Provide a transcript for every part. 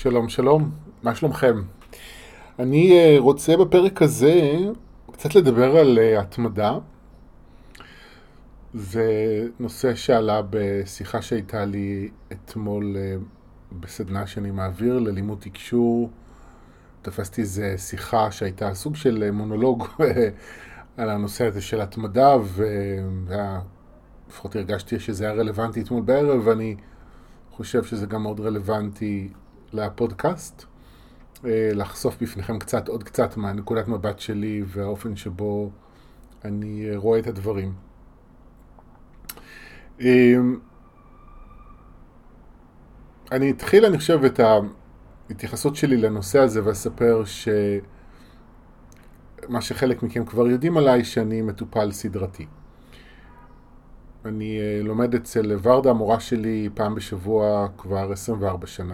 שלום, שלום, מה שלומכם? אני רוצה בפרק הזה קצת לדבר על התמדה. זה נושא שעלה בשיחה שהייתה לי אתמול בסדנה שאני מעביר ללימוד תקשור. תפסתי איזה שיחה שהייתה סוג של מונולוג על הנושא הזה של התמדה, ולפחות הרגשתי שזה היה רלוונטי אתמול בערב, ואני חושב שזה גם מאוד רלוונטי לפודקאסט. לחשוף בפניכם עוד קצת מהנקודת מבט שלי והאופן שבו אני רואה את הדברים. אני אתחיל, אני חושב, את ההתייחסות שלי לנושא הזה ואספר מה שחלק מכם כבר יודעים עליי, שאני מטופל סדרתי. אני לומד אצל ורדה, המורה שלי, פעם בשבוע כבר 24 שנה.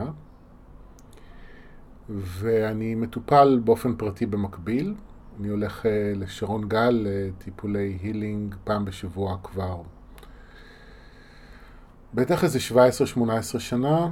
ואני מטופל באופן פרטי במקביל. אני הולך לשרון גל, לטיפולי הילינג פעם בשבוע כבר. בטח איזה 17-18 שנה,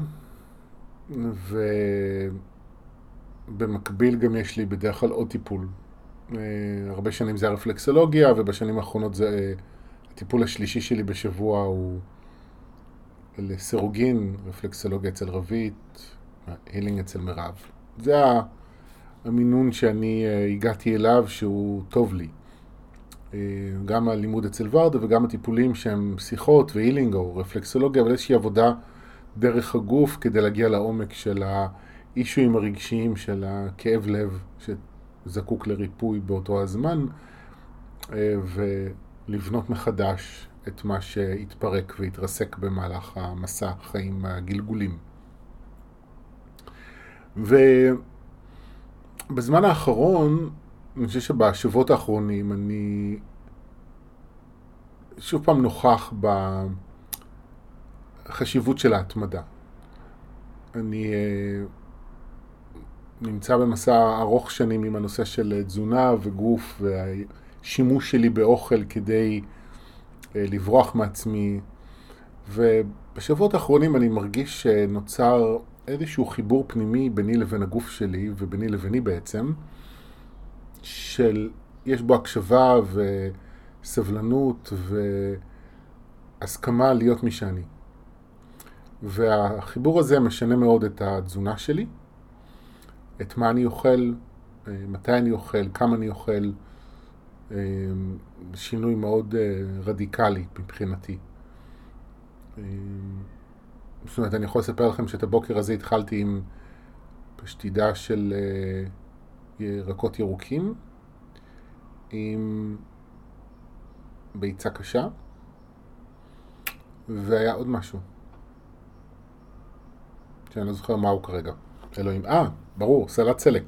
ובמקביל גם יש לי בדרך כלל עוד טיפול. הרבה שנים זה הרפלקסולוגיה, ובשנים האחרונות זה הטיפול השלישי שלי בשבוע הוא לסירוגין, רפלקסולוגיה אצל רבית, הילינג אצל מירב. זה המינון שאני הגעתי אליו שהוא טוב לי. גם הלימוד אצל ורדה וגם הטיפולים שהם שיחות והילינג או רפלקסולוגיה, אבל איזושהי עבודה דרך הגוף כדי להגיע לעומק של האישויים הרגשיים, של הכאב לב שזקוק לריפוי באותו הזמן, ולבנות מחדש את מה שהתפרק והתרסק במהלך המסע החיים הגלגולים. ובזמן האחרון, אני חושב שבשבועות האחרונים, אני שוב פעם נוכח בחשיבות של ההתמדה. אני נמצא במסע ארוך שנים עם הנושא של תזונה וגוף, והשימוש שלי באוכל כדי לברוח מעצמי. ובשבועות האחרונים אני מרגיש שנוצר איזשהו חיבור פנימי ביני לבין הגוף שלי וביני לביני בעצם, יש בו הקשבה וסבלנות והסכמה להיות מי שאני. והחיבור הזה משנה מאוד את התזונה שלי, את מה אני אוכל, מתי אני אוכל, כמה אני אוכל, שינוי מאוד רדיקלי מבחינתי. זאת אומרת, אני יכול לספר לכם שאת הבוקר הזה התחלתי עם פשטידה של ירקות ירוקים, עם ביצה קשה, והיה עוד משהו שאני לא זוכר מהו כרגע. אלוהים, ברור, סלט סלק.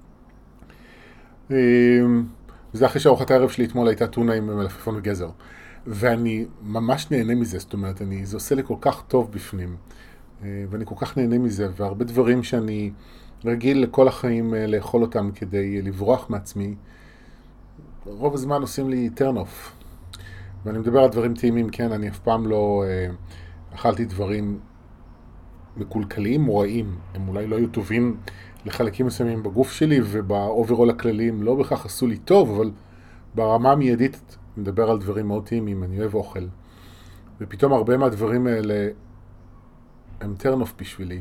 וזה אחרי שארוחת הערב שלי אתמול הייתה טונה עם מלפפון וגזר. ואני ממש נהנה מזה, זאת אומרת, זה עושה לי כל כך טוב בפנים, ואני כל כך נהנה מזה, והרבה דברים שאני רגיל לכל החיים לאכול אותם כדי לברוח מעצמי, רוב הזמן עושים לי turn off. ואני מדבר על דברים טעימים, כן, אני אף פעם לא אכלתי דברים מקולקליים או רעים, הם אולי לא היו טובים לחלקים מסוימים בגוף שלי, ובאוברול הכלליים לא בכך עשו לי טוב, אבל ברמה המיידית מדבר על דברים מאוד טעימים, אני אוהב אוכל. ופתאום הרבה מהדברים האלה הם turn off בשבילי.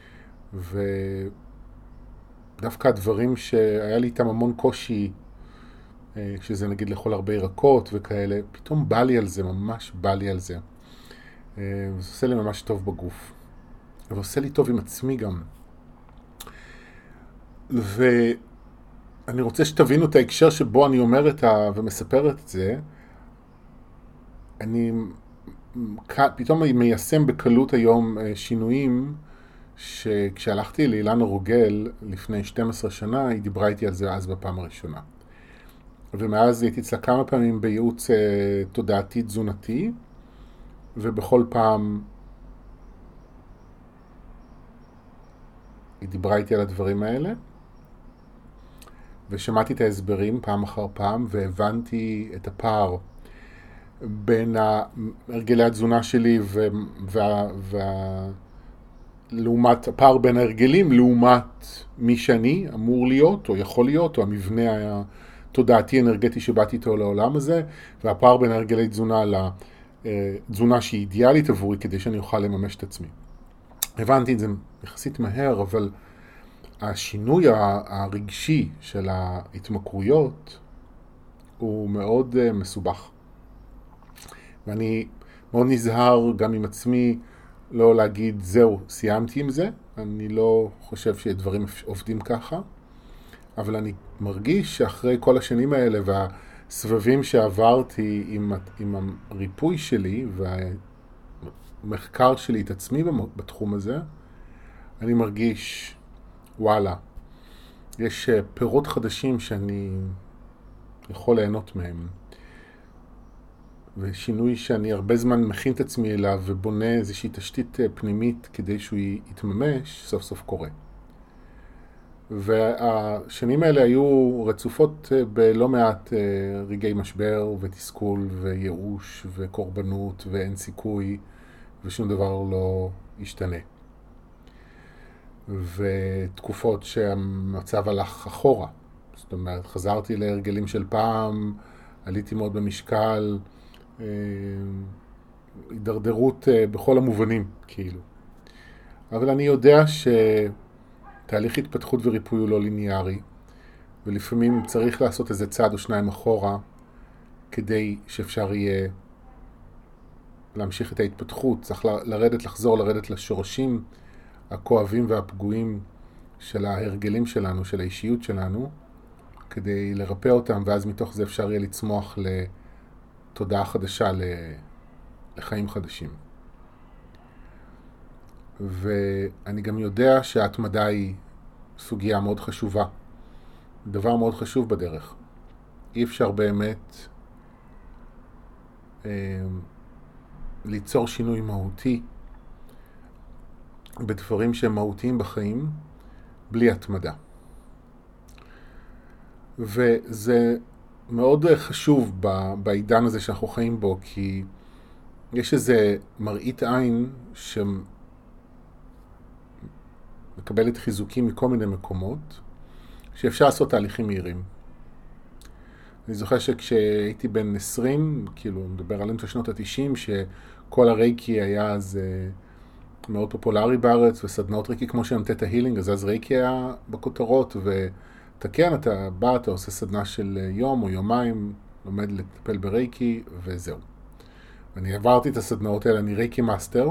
ודווקא הדברים שהיה לי איתם המון קושי, שזה נגיד לאכול הרבה ירקות וכאלה, פתאום בא לי על זה, ממש בא לי על זה. וזה עושה לי ממש טוב בגוף. ועושה לי טוב עם עצמי גם. ואני רוצה שתבינו את ההקשר שבו אני אומר ומספר את זה. אני פתאום מיישם בקלות היום שינויים שכשהלכתי לאילנה רוגל לפני 12 שנה, היא דיברה איתי על זה אז בפעם הראשונה. ומאז הייתי אצלה כמה פעמים בייעוץ תודעתי תזונתי, ובכל פעם היא דיברה איתי על הדברים האלה, ושמעתי את ההסברים פעם אחר פעם, והבנתי את הפער בין הרגלי התזונה שלי לעומת הפער בין ההרגלים, לעומת מי שאני אמור להיות, או יכול להיות, או המבנה התודעתי אנרגטי שבאתי איתו לעולם הזה, והפער בין הרגלי תזונה לתזונה שהיא אידיאלית עבורי, כדי שאני אוכל לממש את עצמי. הבנתי את זה יחסית מהר, אבל השינוי הרגשי של ההתמכרויות הוא מאוד מסובך. ואני מאוד נזהר גם עם עצמי לא להגיד זהו, סיימתי עם זה. אני לא חושב שדברים עובדים ככה, אבל אני מרגיש שאחרי כל השנים האלה והסבבים שעברתי עם הריפוי שלי והמחקר שלי את עצמי בתחום הזה, אני מרגיש וואלה, יש פירות חדשים שאני יכול ליהנות מהם. ושינוי שאני הרבה זמן מכין את עצמי אליו ובונה איזושהי תשתית פנימית כדי שהוא יתממש, סוף סוף קורה. והשנים האלה היו רצופות בלא מעט רגעי משבר ותסכול וייאוש וקורבנות ואין סיכוי ושום דבר לא ישתנה. ותקופות שהמצב הלך אחורה. זאת אומרת, חזרתי להרגלים של פעם, עליתי מאוד במשקל, הידרדרות בכל המובנים, כאילו. אבל אני יודע שתהליך התפתחות וריפוי הוא לא ליניארי, ולפעמים צריך לעשות איזה צעד או שניים אחורה, כדי שאפשר יהיה להמשיך את ההתפתחות. צריך לרדת לשורשים הכואבים והפגועים של ההרגלים שלנו, של האישיות שלנו, כדי לרפא אותם, ואז מתוך זה אפשר יהיה לצמוח לתודעה חדשה, לחיים חדשים. ואני גם יודע שההתמדה היא סוגיה מאוד חשובה, דבר מאוד חשוב בדרך. אי אפשר באמת ליצור שינוי מהותי בדברים שהם מהותיים בחיים בלי התמדה. וזה מאוד חשוב בעידן הזה שאנחנו חיים בו, כי יש איזה מראית עין שמקבלת חיזוקים מכל מיני מקומות, שאפשר לעשות תהליכים מהירים. אני זוכר שכשהייתי בן 20, כאילו מדבר על אמצע שנות ה-90, שכל הרייקי היה אז מאוד פופולרי בארץ, וסדנאות רייקי כמו שנתת ההילינג, אז רייקי היה בכותרות, ואתה כן, אתה בא, אתה עושה סדנה של יום או יומיים, לומד לטפל ברייקי, וזהו. ואני עברתי את הסדנאות האלה, אני רייקי מאסטר,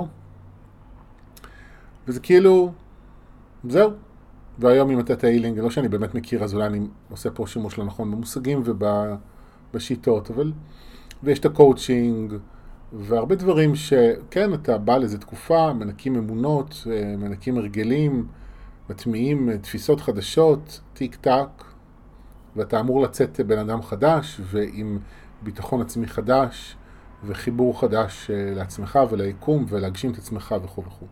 וזה כאילו, זהו. והיום אם אתה ההילינג, לא שאני באמת מכיר, אז אולי אני עושה פה שימוש לא נכון במושגים ובשיטות, אבל, ויש את הקואוצ'ינג, והרבה דברים שכן, אתה בא לאיזו תקופה, מנקים אמונות, מנקים הרגלים, מטמיעים תפיסות חדשות, טיק טק, ואתה אמור לצאת בן אדם חדש, ועם ביטחון עצמי חדש, וחיבור חדש לעצמך וליקום, ולהגשים את עצמך וכו' וכו'.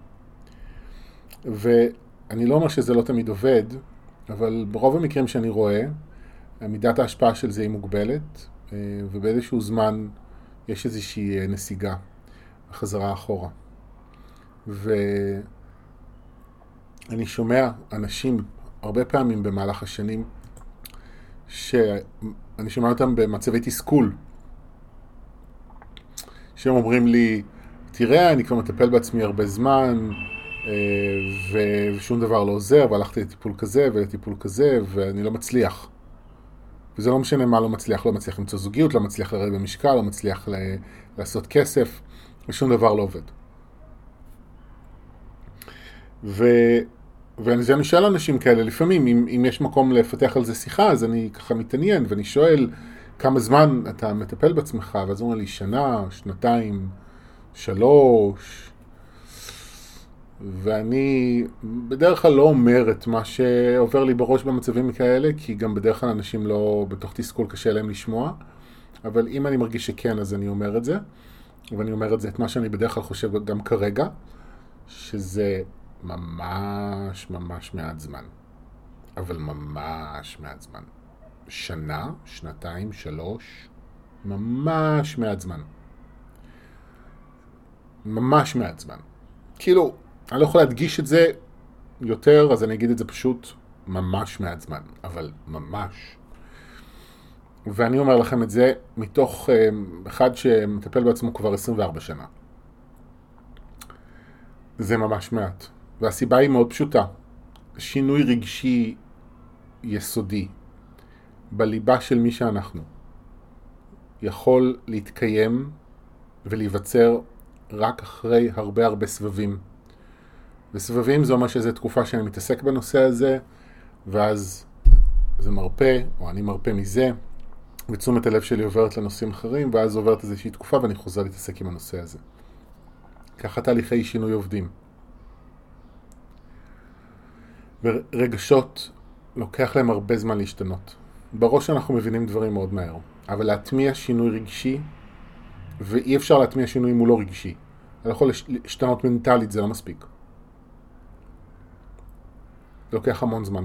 ואני לא אומר שזה לא תמיד עובד, אבל ברוב המקרים שאני רואה, מידת ההשפעה של זה היא מוגבלת, ובאיזשהו זמן יש איזושהי נסיגה, חזרה אחורה. ואני שומע אנשים הרבה פעמים במהלך השנים, שאני שומע אותם במצבי תסכול, שהם אומרים לי, תראה, אני כבר מטפל בעצמי הרבה זמן, ושום דבר לא עוזר, והלכתי לטיפול כזה ולטיפול כזה, ואני לא מצליח. וזה לא משנה מה לא מצליח, לא מצליח למצוא זוגיות, לא מצליח לרדת במשקל, לא מצליח לעשות כסף, ושום דבר לא עובד. ואני שואל אנשים כאלה, לפעמים, אם יש מקום לפתח על זה שיחה, אז אני ככה מתעניין, ואני שואל כמה זמן אתה מטפל בעצמך, ואז הוא אומר לי, שנה, שנתיים, 3, ואני בדרך כלל לא אומר את מה שעובר לי בראש במצבים כאלה, כי גם בדרך כלל אנשים לא בתוך תסכול קשה להם לשמוע, אבל אם אני מרגיש שכן, אז אני אומר את זה, ואני אומר את זה, את מה שאני בדרך כלל חושב גם כרגע, שזה ממש ממש מעט זמן, אבל ממש מעט זמן. שנה, שנתיים, 3, ממש מעט זמן. ממש מעט זמן. כאילו, אני לא יכול להדגיש את זה יותר, אז אני אגיד את זה פשוט ממש מעט זמן, אבל ממש. ואני אומר לכם את זה מתוך אחד שמטפל בעצמו כבר 24 שנה. זה ממש מעט. והסיבה היא מאוד פשוטה. שינוי רגשי יסודי בליבה של מי שאנחנו יכול להתקיים ולהיווצר רק אחרי הרבה סבבים. וסבבים זה אומר שזו תקופה שאני מתעסק בנושא הזה, ואז זה מרפא, או אני מרפא מזה, ותשומת הלב שלי עוברת לנושאים אחרים, ואז עוברת איזושהי תקופה ואני חוזר להתעסק עם הנושא הזה. ככה תהליכי שינוי עובדים. ורגשות לוקח להם הרבה זמן להשתנות. בראש אנחנו מבינים דברים מאוד מהר, אבל להטמיע שינוי רגשי, ואי אפשר להטמיע שינוי אם הוא לא רגשי. אני יכול להשתנות מנטלית, זה לא מספיק. זה לוקח המון זמן.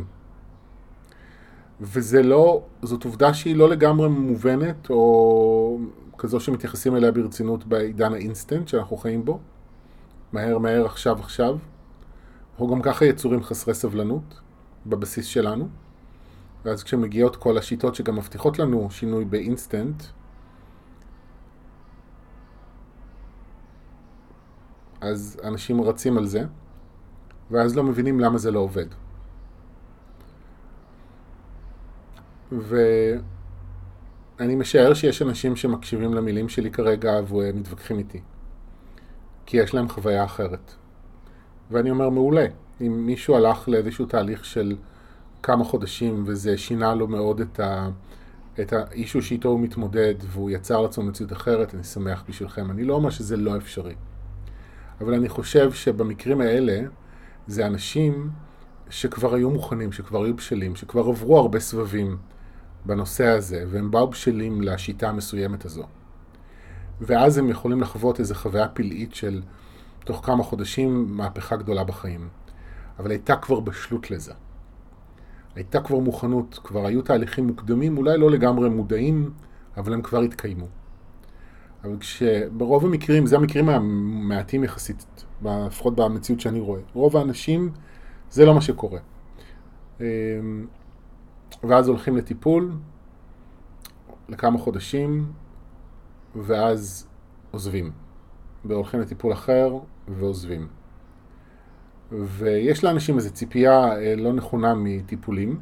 וזה לא, זאת עובדה שהיא לא לגמרי מובנת, או כזו שמתייחסים אליה ברצינות בעידן האינסטנט שאנחנו חיים בו. מהר, עכשיו. אנחנו גם ככה יצורים חסרי סבלנות בבסיס שלנו. ואז כשמגיעות כל השיטות שגם מבטיחות לנו שינוי באינסטנט, אז אנשים רצים על זה, ואז לא מבינים למה זה לא עובד. ואני משער שיש אנשים שמקשיבים למילים שלי כרגע ומתווכחים איתי, כי יש להם חוויה אחרת. ואני אומר מעולה, אם מישהו הלך לאיזשהו תהליך של כמה חודשים וזה שינה לו מאוד את האישו שאיתו הוא מתמודד והוא יצר לעצמו מציאות אחרת, אני שמח בשבילכם. אני לא אומר שזה לא אפשרי, אבל אני חושב שבמקרים האלה זה אנשים שכבר היו מוכנים, שכבר היו בשלים, שכבר עברו הרבה סבבים בנושא הזה, והם באו בשלים לשיטה המסוימת הזו. ואז הם יכולים לחוות איזו חוויה פלאית של תוך כמה חודשים מהפכה גדולה בחיים. אבל הייתה כבר בשלות לזה. הייתה כבר מוכנות, כבר היו תהליכים מוקדמים, אולי לא לגמרי מודעים, אבל הם כבר התקיימו. אבל ברוב המקרים, זה המקרים המעטים יחסית, לפחות במציאות שאני רואה. רוב האנשים, זה לא מה שקורה. ואז הולכים לטיפול, לכמה חודשים, ואז עוזבים. והולכים לטיפול אחר, ועוזבים. ויש לאנשים איזו ציפייה לא נכונה מטיפולים,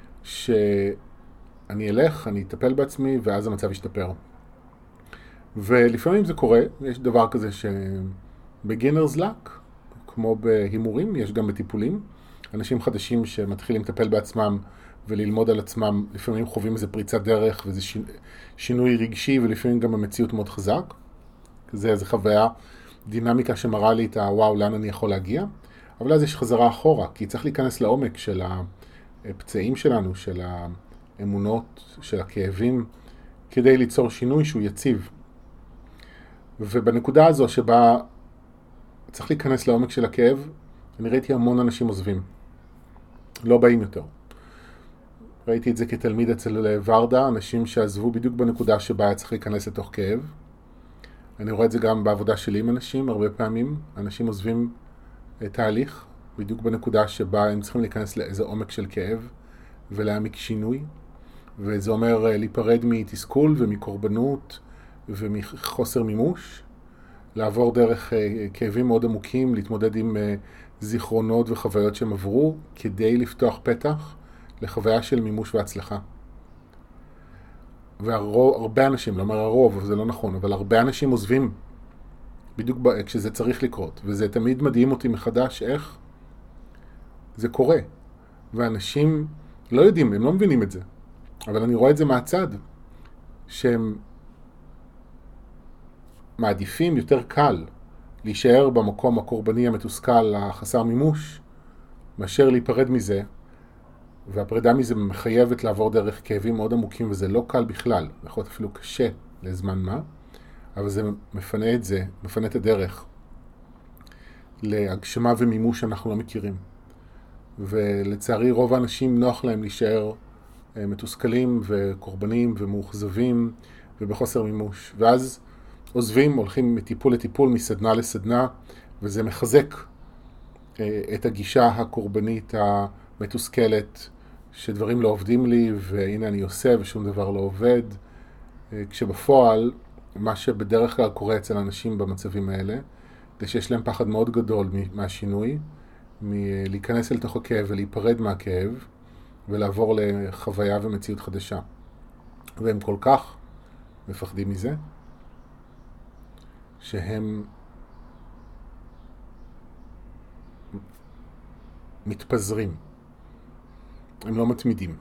שאני אלך, אני אטפל בעצמי, ואז המצב ישתפר. ולפעמים זה קורה, יש דבר כזה ש-beginner's luck, כמו בהימורים, יש גם בטיפולים. אנשים חדשים שמתחילים לטפל בעצמם וללמוד על עצמם, לפעמים חווים איזה פריצת דרך ואיזה שינוי רגשי, ולפעמים גם המציאות מאוד חזק. זה איזו חוויה, דינמיקה שמראה לי את וואו, לאן אני יכול להגיע. אבל אז יש חזרה אחורה, כי צריך להיכנס לעומק של הפצעים שלנו, של האמונות, של הכאבים, כדי ליצור שינוי שהוא יציב. ובנקודה הזו שבה צריך להיכנס לעומק של הכאב, אני ראיתי המון אנשים עוזבים. לא באים יותר. ראיתי את זה כתלמיד אצל ורדה, אנשים שעזבו בדיוק בנקודה שבה היה צריך להיכנס לתוך כאב. אני רואה את זה גם בעבודה שלי עם אנשים, הרבה פעמים. אנשים עוזבים תהליך, בדיוק בנקודה שבה הם צריכים להיכנס לאיזה עומק של כאב ולהעמיק שינוי. וזה אומר להיפרד מתסכול ומקורבנות ומחוסר מימוש, לעבור דרך כאבים מאוד עמוקים, להתמודד עם זיכרונות וחוויות שהם עברו, כדי לפתוח פתח לחוויה של מימוש והצלחה. והרבה אנשים, לא אומר הרוב, זה לא נכון, אבל הרבה אנשים עוזבים בדיוק כשזה צריך לקרות, וזה תמיד מדהים אותי מחדש איך זה קורה. ואנשים לא יודעים, הם לא מבינים את זה, אבל אני רואה את זה מהצד, שהם מעדיפים יותר קל להישאר במקום הקורבני המתוסכל, החסר מימוש, מאשר להיפרד מזה, והפרידה מזה מחייבת לעבור דרך כאבים מאוד עמוקים, וזה לא קל בכלל, יכול להיות אפילו קשה לזמן מה, אבל זה מפנה את הדרך להגשמה ומימוש שאנחנו לא מכירים. ולצערי רוב האנשים נוח להם להישאר מתוסכלים וקורבנים ומאוכזבים ובחוסר מימוש. ואז עוזבים, הולכים מטיפול לטיפול, מסדנה לסדנה, וזה מחזק את הגישה הקורבנית המתוסכלת, שדברים לא עובדים לי והנה אני עושה ושום דבר לא עובד, כשבפועל מה שבדרך כלל קורה אצל אנשים במצבים האלה, זה שיש להם פחד מאוד גדול מהשינוי, מלהיכנס אל תוך הכאב ולהיפרד מהכאב, ולעבור לחוויה ומציאות חדשה. והם כל כך מפחדים מזה, שהם מתפזרים. הם לא מתמידים.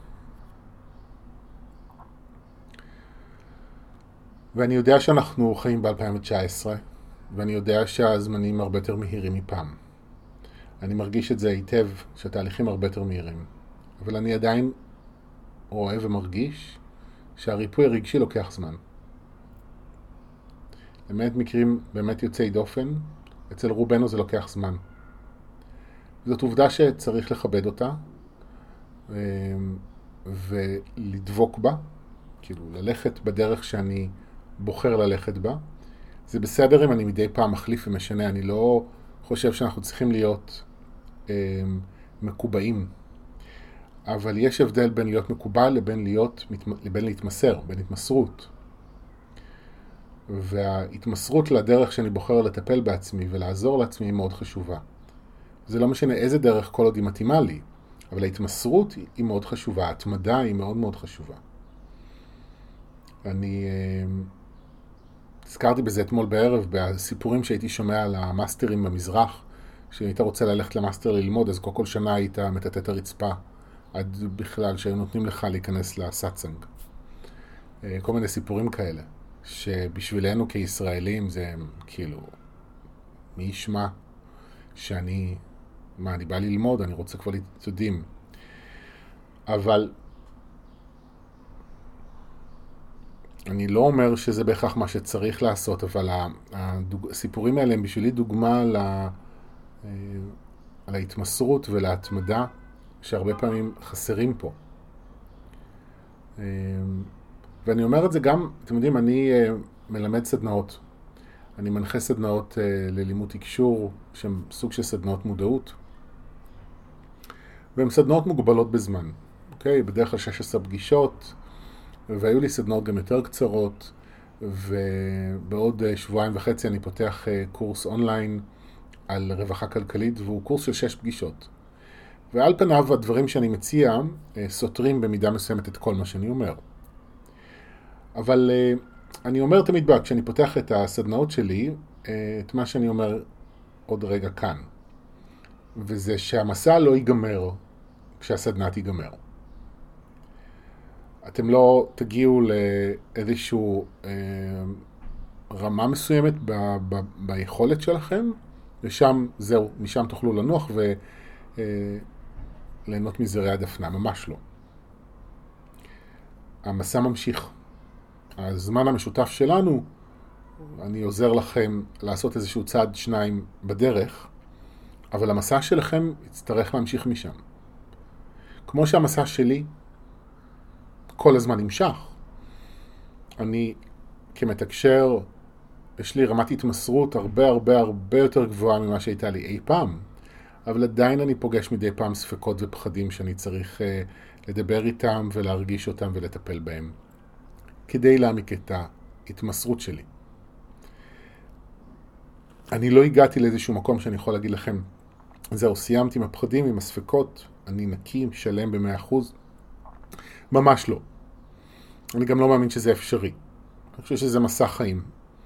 ואני יודע שאנחנו חיים ב-2019, ואני יודע שהזמנים הרבה יותר מהירים מפעם. אני מרגיש את זה היטב, שהתהליכים הרבה יותר מהירים. אבל אני עדיין רואה ומרגיש שהריפוי הרגשי לוקח זמן. למעט מקרים באמת יוצאי דופן, אצל רובנו זה לוקח זמן. זאת עובדה שצריך לכבד אותה, ולדבוק בה, כאילו ללכת בדרך שאני בוחר ללכת בה. זה בסדר אם אני מדי פעם מחליף ומשנה, אני לא חושב שאנחנו צריכים להיות מקובעים. אבל יש הבדל בין להיות מקובל לבין להתמסר, בין התמסרות. וההתמסרות לדרך שאני בוחר לטפל בעצמי ולעזור לעצמי היא מאוד חשובה. זה לא משנה איזה דרך כל עוד היא מתאימה לי, אבל ההתמסרות היא מאוד חשובה, ההתמדה היא מאוד מאוד חשובה. אני הזכרתי בזה אתמול בערב, בסיפורים שהייתי שומע על המאסטרים במזרח, שהיית רוצה ללכת למאסטר ללמוד, אז כל שנה היית מטאטא את הרצפה, עד בכלל שהיו נותנים לך להיכנס לסאצנג. כל מיני סיפורים כאלה, שבשבילנו כישראלים זה כאילו, מי ישמע שאני, אני בא ללמוד, אני רוצה כבר להתקדם. אבל אני לא אומר שזה בהכרח מה שצריך לעשות, אבל הסיפורים האלה הם בשבילי דוגמה על ההתמסרות ולהתמדה שהרבה פעמים חסרים פה. ואני אומר את זה גם, אתם יודעים, אני מלמד סדנאות. אני מנחה סדנאות ללימוד תקשור, שהן סוג של סדנאות מודעות. והן סדנאות מוגבלות בזמן. אוקיי? בדרך כלל 16 פגישות, והיו לי סדנאות גם יותר קצרות, ובעוד 1.5 שבועות אני פותח קורס אונליין על רווחה כלכלית, והוא קורס של 6 פגישות. ועל פניו הדברים שאני מציע סותרים במידה מסוימת את כל מה שאני אומר. אבל אני אומר תמיד כשאני פותח את הסדנאות שלי, את מה שאני אומר עוד רגע כאן. וזה שהמסע לא ייגמר כשהסדנה תיגמר. אתם לא תגיעו לאיזשהו רמה מסוימת ביכולת שלכם, ושם זהו, משם תוכלו לנוח וליהנות מזרי הדפנה, ממש לא. המסע ממשיך. הזמן המשותף שלנו, אני עוזר לכם לעשות איזשהו צעד 2 בדרך, אבל המסע שלכם יצטרך להמשיך משם. כמו שהמסע שלי כל הזמן נמשך. אני כמתקשר, יש לי רמת התמסרות הרבה יותר גבוהה ממה שהייתה לי אי פעם, אבל עדיין אני פוגש מדי פעם ספקות ופחדים שאני צריך לדבר איתם ולהרגיש אותם ולטפל בהם, כדי להעמיק את ההתמסרות שלי. אני לא הגעתי לאיזשהו מקום שאני יכול להגיד לכם, זהו, סיימתי עם הפחדים, עם הספקות, אני נקי, שלם ב100%. ממש לא. אני גם לא מאמין שזה אפשרי. אני חושב שזה מסע חיים.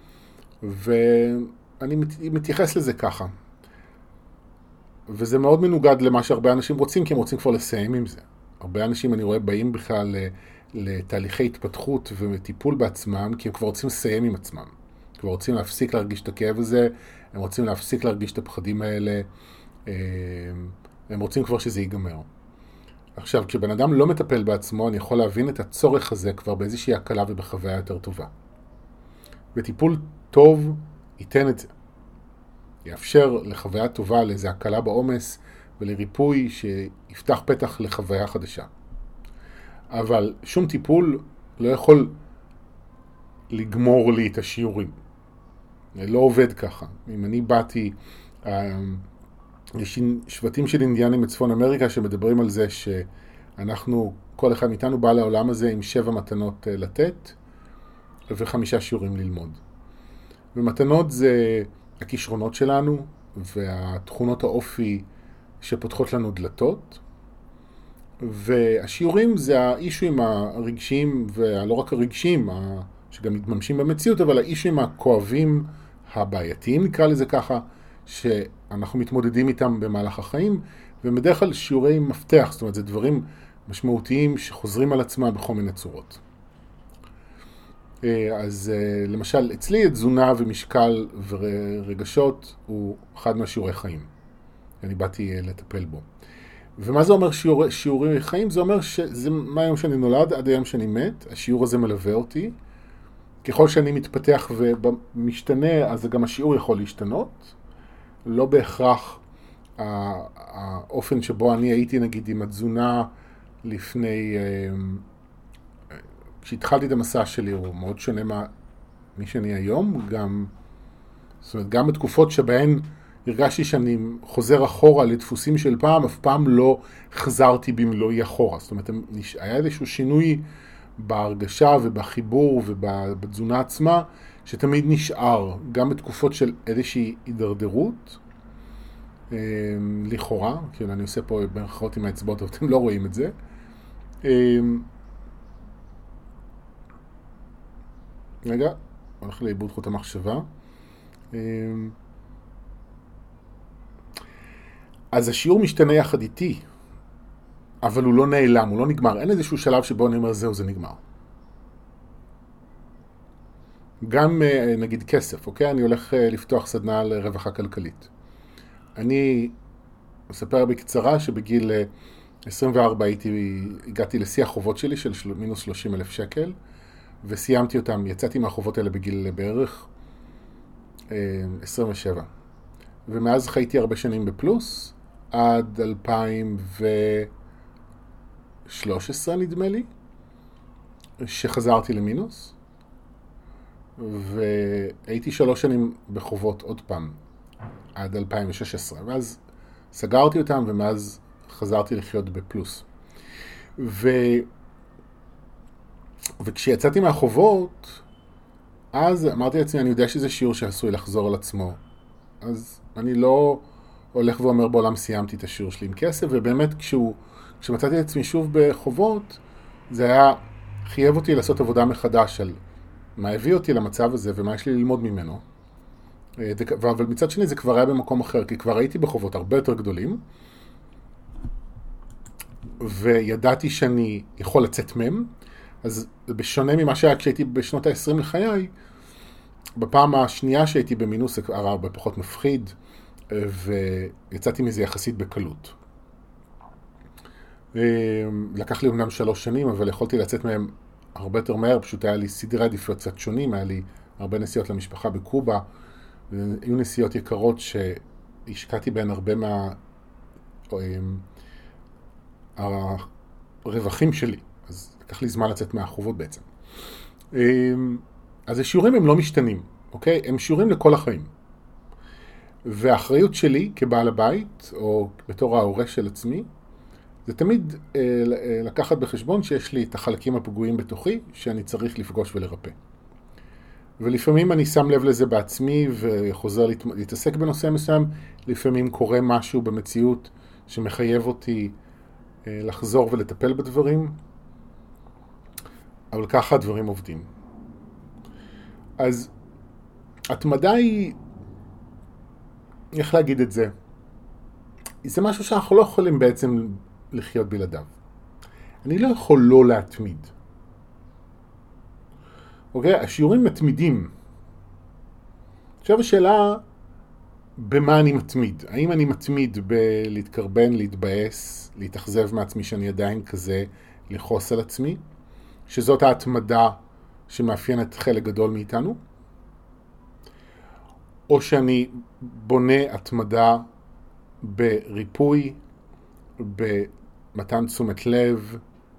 ואני מתייחס לזה ככה. וזה מאוד מנוגד למה שהרבה אנשים רוצים, כי הם רוצים כבר לסיים עם זה. הרבה אנשים אני רואה באים בכלל לתהליכי התפתחות וטיפול בעצמם, כי הם כבר רוצים לסיים עם עצמם. כבר רוצים להפסיק להרגיש את הכאב הזה, הם רוצים להפסיק להרגיש את הפחדים האלה, הם רוצים כבר שזה ייגמר. עכשיו, כשבן אדם לא מטפל בעצמו, אני יכול להבין את הצורך הזה כבר באיזושהי הקלה ובחוויה יותר טובה. וטיפול טוב ייתן את זה. יאפשר לחוויה טובה, לאיזו הקלה בעומס ולריפוי שיפתח פתח לחוויה חדשה. אבל שום טיפול לא יכול לגמור לי את השיעורים. זה לא עובד ככה. אם אני באתי יש שבטים של אינדיאנים בצפון אמריקה שמדברים על זה שאנחנו, כל אחד מאיתנו בא לעולם הזה עם 7 מתנות לתת ו5 שיעורים ללמוד. ומתנות זה הכישרונות שלנו והתכונות האופי שפותחות לנו דלתות, והשיעורים זה האישויים הרגשיים, ולא רק הרגשיים, שגם מתממשים במציאות, אבל האישויים הכואבים, הבעייתיים נקרא לזה ככה, שאנחנו מתמודדים איתם במהלך החיים, ובדרך כלל שיעורי מפתח, זאת אומרת, זה דברים משמעותיים שחוזרים על עצמם בכל מיני צורות. אז למשל, אצלי תזונה ומשקל ורגשות הוא אחד מהשיעורי חיים. אני באתי לטפל בו. ומה זה אומר שיעורי חיים? זה אומר שזה מהיום שאני נולד עד היום שאני מת, השיעור הזה מלווה אותי. ככל שאני מתפתח ומשתנה, אז גם השיעור יכול להשתנות. לא בהכרח האופן שבו אני הייתי, נגיד, עם התזונה לפני, כשהתחלתי את המסע שלי, הוא מאוד שונה מי שאני היום. זאת אומרת, גם בתקופות שבהן הרגשתי שאני חוזר אחורה לדפוסים של פעם, אף פעם לא חזרתי במלואי אחורה. זאת אומרת, היה איזשהו שינוי בהרגשה ובחיבור ובתזונה עצמה, שתמיד נשאר, גם בתקופות של איזושהי הידרדרות, לכאורה, כאילו אני עושה פה ברכות עם האצבעות, אבל אתם לא רואים את זה. רגע, הולך לאיבוד חוט המחשבה. אז השיעור משתנה יחד איתי, אבל הוא לא נעלם, הוא לא נגמר. אין איזשהו שלב שבו אני אומר זהו, זה נגמר. גם נגיד כסף, אוקיי? אני הולך לפתוח סדנה לרווחה כלכלית. אני אספר בקצרה שבגיל 24 הגעתי לשיא החובות שלי של מינוס 30,000 שקל, וסיימתי אותם, יצאתי מהחובות האלה בגיל בערך 27. ומאז חייתי הרבה שנים בפלוס, עד 2013 נדמה לי, שחזרתי למינוס, והייתי 3 שנים בחובות עוד פעם, עד 2016, ואז סגרתי אותם, ומאז חזרתי לחיות בפלוס. וכשיצאתי מהחובות, אז אמרתי לעצמי, אני יודע שזה שיעור שעשוי לחזור על עצמו, אז אני לא הולך ואומר בעולם סיימתי את השיעור שלי עם כסף, ובאמת כשמצאתי את עצמי שוב בחובות, זה היה חייב אותי לעשות עבודה מחדש על מה הביא אותי למצב הזה ומה יש לי ללמוד ממנו. אבל מצד שני זה כבר היה במקום אחר, כי כבר הייתי בחובות הרבה יותר גדולים, וידעתי שאני יכול לצאת מהם. אז בשונה ממה שהיה כשהייתי בשנות ה-20 לחיי, בפעם השנייה שהייתי במינוס זה היה הרבה פחות מפחיד, ויצאתי מזה יחסית בקלות. לקח לי אומנם 3 שנים, אבל יכולתי לצאת מהם הרבה יותר מהר, פשוט היה לי סדרי עדיפויות קצת שונים, היה לי הרבה נסיעות למשפחה בקובה, היו נסיעות יקרות שהשקעתי בהן הרבה מהרווחים שלי, אז לקח לי זמן לצאת מהחובות בעצם. אז השיעורים הם לא משתנים, אוקיי? הם שיעורים לכל החיים. והאחריות שלי כבעל הבית, או בתור ההורה של עצמי, זה תמיד לקחת בחשבון שיש לי את החלקים הפגועים בתוכי, שאני צריך לפגוש ולרפא. ולפעמים אני שם לב לזה בעצמי, וחוזר להתעסק בנושא מסוים, לפעמים קורה משהו במציאות שמחייב אותי לחזור ולטפל בדברים, אבל ככה הדברים עובדים. אז התמדה היא, איך להגיד את זה? זה משהו שאנחנו לא יכולים בעצם לחיות בלעדיו. אני לא יכול לא להתמיד. אוקיי? השיעורים מתמידים. עכשיו השאלה, במה אני מתמיד? האם אני מתמיד בלהתקרבן, להתבאס, להתאכזב מעצמי שאני עדיין כזה, לחוס על עצמי? שזאת ההתמדה שמאפיינת חלק גדול מאיתנו? או שאני בונה התמדה בריפוי, במתן תשומת לב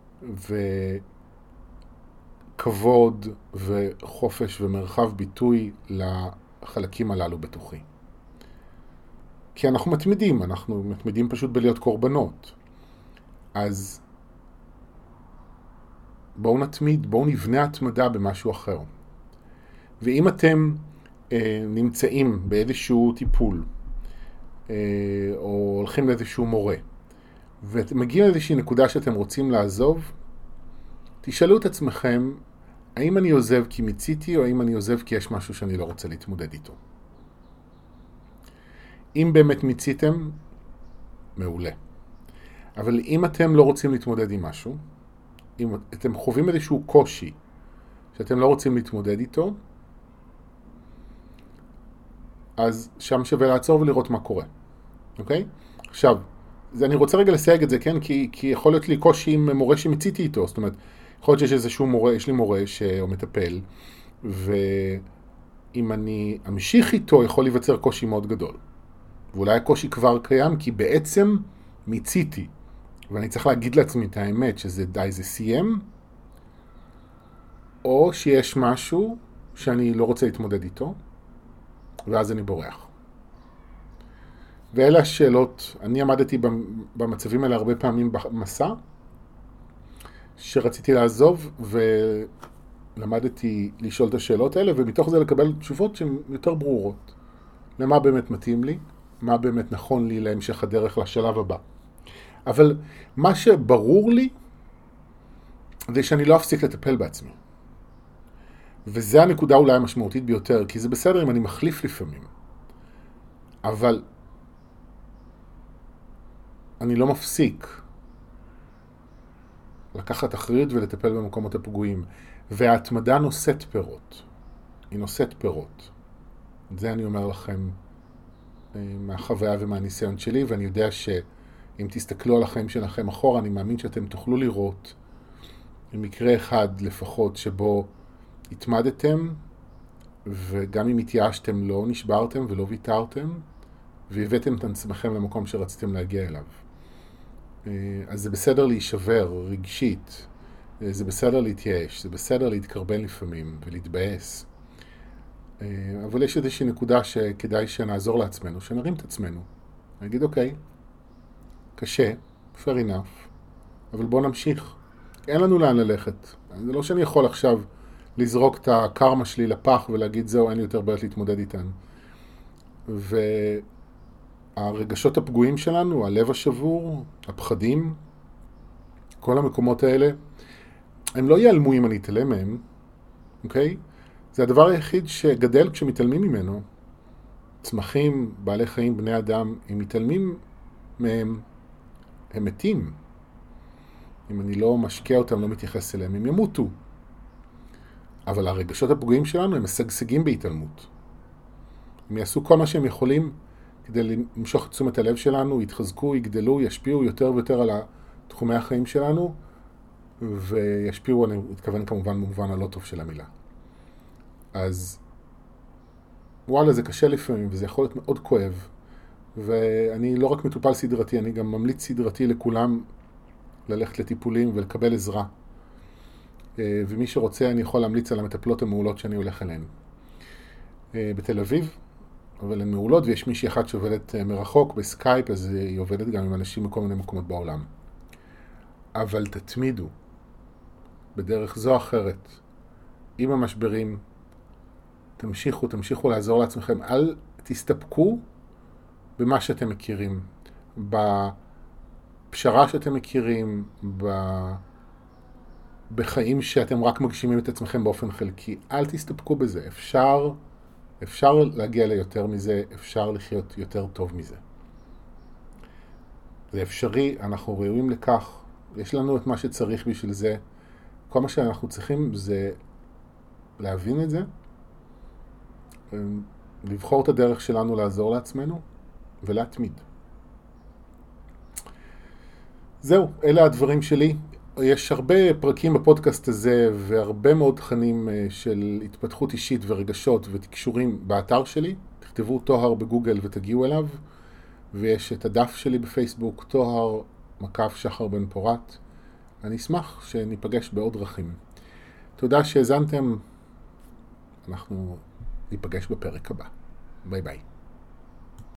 וכבוד וחופש ומרחב ביטוי לחלקים הללו בתוכי. כי אנחנו מתמידים פשוט בלהיות קורבנות. אז בואו נתמיד, בואו נבנה התמדה במשהו אחר. ואם אתם נמצאים באיזשהו טיפול, או הולכים לאיזשהו מורה, ואתם מגיעים לאיזושהי נקודה שאתם רוצים לעזוב, תשאלו את עצמכם, האם אני עוזב כי מיציתי, או האם אני עוזב כי יש משהו שאני לא רוצה להתמודד איתו. אם באמת מיציתם, מעולה. אבל אם אתם לא רוצים להתמודד עם משהו, אם אתם חווים איזשהו קושי שאתם לא רוצים להתמודד איתו, אז שם שווה לעצור ולראות מה קורה. אוקיי? עכשיו, אני רוצה רגע לסייג את זה, כן? כי יכול להיות לי קושי עם מורה שמיציתי איתו. זאת אומרת, יכול להיות שיש איזשהו מורה, יש לי מורה שהוא מטפל, ואם אני אמשיך איתו, יכול להיווצר קושי מאוד גדול. ואולי הקושי כבר קיים, כי בעצם מיציתי. ואני צריך להגיד לעצמי את האמת, שזה די, זה סיים, או שיש משהו שאני לא רוצה להתמודד איתו, ואז אני בורח. ואלה השאלות, אני עמדתי במצבים האלה הרבה פעמים במסע, שרציתי לעזוב, ולמדתי לשאול את השאלות האלה, ומתוך זה לקבל תשובות שהן יותר ברורות. למה באמת מתאים לי, מה באמת נכון לי להמשך הדרך לשלב הבא. אבל מה שברור לי, זה שאני לא אפסיק לטפל בעצמי. וזה הנקודה אולי המשמעותית ביותר, כי זה בסדר אם אני מחליף לפעמים. אבל אני לא מפסיק לקחת אחריות ולטפל במקומות הפגועים. וההתמדה נושאת פירות. היא נושאת פירות. את זה אני אומר לכם מהחוויה ומהניסיון שלי, ואני יודע שאם תסתכלו על החיים שלכם אחורה, אני מאמין שאתם תוכלו לראות מקרה אחד לפחות שבו התמדתם, וגם אם התייאשתם לא נשברתם ולא ויתרתם, והבאתם את עצמכם למקום שרציתם להגיע אליו. אז זה בסדר להישבר רגשית, זה בסדר להתייאש, זה בסדר להתקרבן לפעמים ולהתבאס. אבל יש איזושהי נקודה שכדאי שנעזור לעצמנו, שנרים את עצמנו. נגיד, אוקיי, קשה, fair enough, אבל בוא נמשיך. אין לנו לאן ללכת. זה לא שאני יכול עכשיו לזרוק את הקרמה שלי לפח ולהגיד זהו, אין לי יותר בעיות להתמודד איתן. והרגשות הפגועים שלנו, הלב השבור, הפחדים, כל המקומות האלה, הם לא ייעלמו אם אני אתעלם מהם, אוקיי? זה הדבר היחיד שגדל כשמתעלמים ממנו. צמחים, בעלי חיים, בני אדם, אם מתעלמים מהם, הם מתים. אם אני לא משקיע אותם, לא מתייחס אליהם, הם ימותו. אבל הרגשות הפגועים שלנו הם משגשגים בהתעלמות. הם יעשו כל מה שהם יכולים כדי למשוך את תשומת הלב שלנו, יתחזקו, יגדלו, ישפיעו יותר ויותר על תחומי החיים שלנו, וישפיעו, אני מתכוון כמובן במובן הלא טוב של המילה. אז וואלה, זה קשה לפעמים, וזה יכול להיות מאוד כואב. ואני לא רק מטופל סדרתי, אני גם ממליץ סדרתי לכולם ללכת לטיפולים ולקבל עזרה. ומי שרוצה, אני יכול להמליץ על המטפלות המעולות שאני הולך אליהן. בתל אביב, אבל הן מעולות, ויש מישהי אחת שעובדת מרחוק בסקייפ, אז היא עובדת גם עם אנשים מכל מיני מקומות בעולם. אבל תתמידו, בדרך זו אחרת, עם המשברים, תמשיכו לעזור לעצמכם. אל תסתפקו במה שאתם מכירים, בפשרה שאתם מכירים, בחיים שאתם רק מגשימים את עצמכם באופן חלקי. אל תסתפקו בזה. אפשר להגיע ליותר מזה, אפשר לחיות יותר טוב מזה. זה אפשרי, אנחנו ראויים לכך, יש לנו את מה שצריך בשביל זה. כל מה שאנחנו צריכים זה להבין את זה, לבחור את הדרך שלנו לעזור לעצמנו ולהתמיד. זהו, אלה הדברים שלי. יש הרבה פרקים בפודקאסט הזה והרבה מאוד תכנים של התפתחות אישית ורגשות ותקשורים באתר שלי. תכתבו טוהר בגוגל ותגיעו אליו. ויש את הדף שלי בפייסבוק, טוהר מקף שחר בן פורת. אני אשמח שניפגש בעוד דרכים. תודה שהזנתם. אנחנו ניפגש בפרק הבא. ביי ביי.